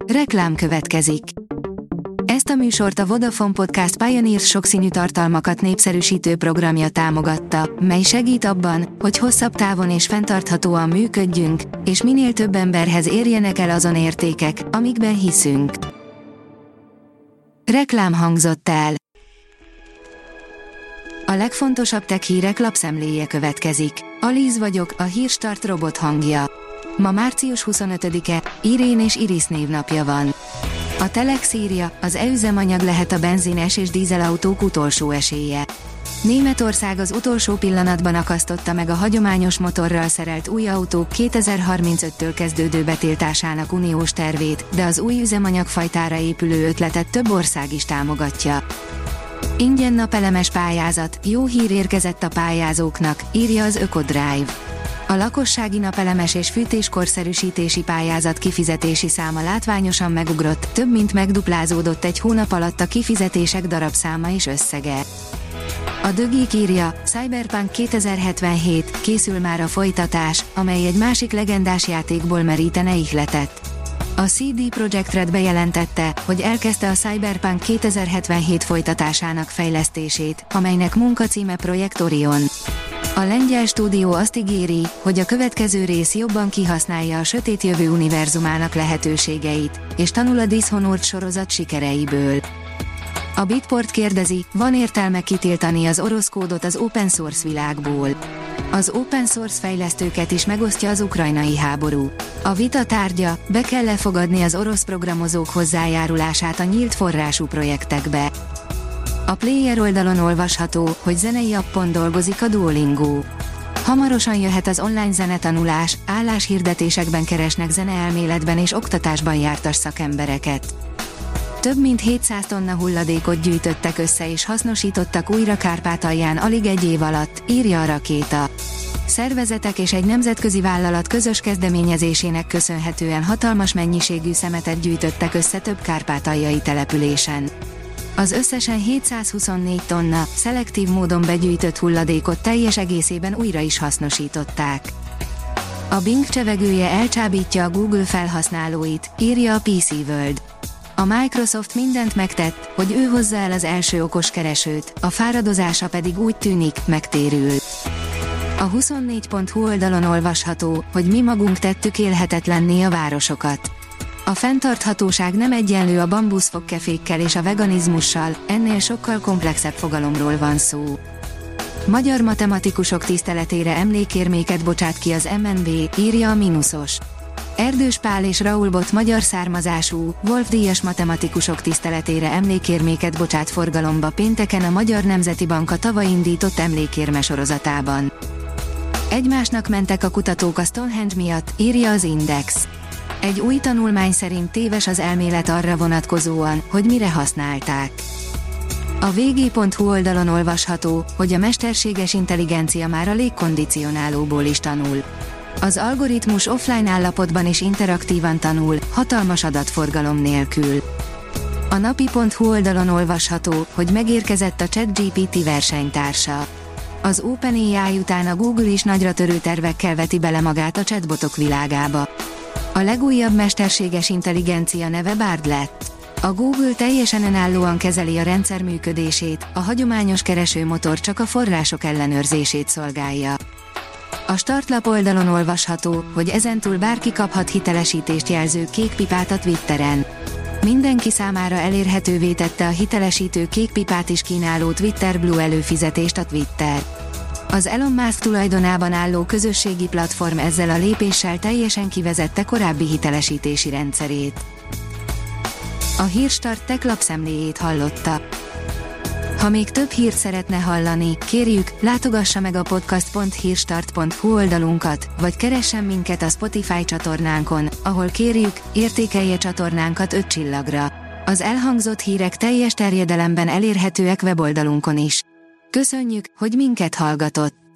Reklám következik. Ezt a műsort a Vodafone Podcast Pioneers sokszínű tartalmakat népszerűsítő programja támogatta, mely segít abban, hogy hosszabb távon és fenntarthatóan működjünk, és minél több emberhez érjenek el azon értékek, amikben hiszünk. Reklám hangzott el. A legfontosabb tech hírek lapszemléje következik. Alíz vagyok, a Hírstart robot hangja. Ma március 25-e, Irén és Iris névnapja van. A Telex írja, az e-üzemanyag lehet a benzines és dízelautók utolsó esélye. Németország az utolsó pillanatban akasztotta meg a hagyományos motorral szerelt új autók 2035-től kezdődő betiltásának uniós tervét, de az új üzemanyagfajtára épülő ötletet több ország is támogatja. Ingyen napelemes pályázat, jó hír érkezett a pályázóknak, írja az Ökodrive. A lakossági napelemes és fűtéskorszerűsítési pályázat kifizetési száma látványosan megugrott, több mint megduplázódott egy hónap alatt a kifizetések darabszáma és összege. A The Geek írja, Cyberpunk 2077, készül már a folytatás, amely egy másik legendás játékból merítene ihletet. A CD Projekt Red bejelentette, hogy elkezdte a Cyberpunk 2077 folytatásának fejlesztését, amelynek munkacíme Projekt Orion. A lengyel stúdió azt ígéri, hogy a következő rész jobban kihasználja a sötét jövő univerzumának lehetőségeit, és tanul a Dishonored sorozat sikereiből. A Bitport kérdezi, van értelme kitiltani az orosz kódot az open source világból. Az open source fejlesztőket is megosztja az ukrajnai háború. A vita tárgya, be kell lefogadni az orosz programozók hozzájárulását a nyílt forrású projektekbe. A Player oldalon olvasható, hogy zenei appon dolgozik a Duolingo. Hamarosan jöhet az online zenetanulás, álláshirdetésekben keresnek zeneelméletben és oktatásban jártas szakembereket. Több mint 700 tonna hulladékot gyűjtöttek össze és hasznosítottak újra Kárpátalján alig egy év alatt, írja a Rakéta. Szervezetek és egy nemzetközi vállalat közös kezdeményezésének köszönhetően hatalmas mennyiségű szemetet gyűjtöttek össze több kárpátaljai településen. Az összesen 724 tonna, szelektív módon begyűjtött hulladékot teljes egészében újra is hasznosították. A Bing csevegője elcsábítja a Google felhasználóit, írja a PC World. A Microsoft mindent megtett, hogy ő hozza el az első okos keresőt, a fáradozása pedig úgy tűnik, megtérül. A 24.hu oldalon olvasható, hogy mi magunk tettük élhetetlenné a városokat. A fenntarthatóság nem egyenlő a bambuszfogkefékkel és a veganizmussal, ennél sokkal komplexebb fogalomról van szó. Magyar matematikusok tiszteletére emlékérméket bocsát ki az MNB, írja a Minusos. Erdős Pál és Raúl Bot magyar származású, Wolf-díjas matematikusok tiszteletére emlékérméket bocsát forgalomba pénteken a Magyar Nemzeti Bank a tavaly indított emlékérme sorozatában. Egymásnak mentek a kutatók a Stonehenge miatt, írja az Index. Egy új tanulmány szerint téves az elmélet arra vonatkozóan, hogy mire használták. A vg.hu oldalon olvasható, hogy a mesterséges intelligencia már a légkondicionálóból is tanul. Az algoritmus offline állapotban is interaktívan tanul, hatalmas adatforgalom nélkül. A napi.hu oldalon olvasható, hogy megérkezett a ChatGPT versenytársa. Az OpenAI után a Google is nagyra törő tervekkel veti bele magát a chatbotok világába. A legújabb mesterséges intelligencia neve Bard lett. A Google teljesen önállóan kezeli a rendszer működését, a hagyományos keresőmotor csak a források ellenőrzését szolgálja. A startlap oldalon olvasható, hogy ezentúl bárki kaphat hitelesítést jelző kék pipát a Twitteren. Mindenki számára elérhetővé tette a hitelesítő kék pipát is kínáló Twitter Blue előfizetést a Twitter. Az Elon Musk tulajdonában álló közösségi platform ezzel a lépéssel teljesen kivezette korábbi hitelesítési rendszerét. A Hírstart tech lapszemléjét hallotta. Ha még több hírt szeretne hallani, kérjük, látogassa meg a podcast.hírstart.hu oldalunkat, vagy keressen minket a Spotify csatornánkon, ahol kérjük, értékelje csatornánkat 5 csillagra. Az elhangzott hírek teljes terjedelemben elérhetőek weboldalunkon is. Köszönjük, hogy minket hallgatott!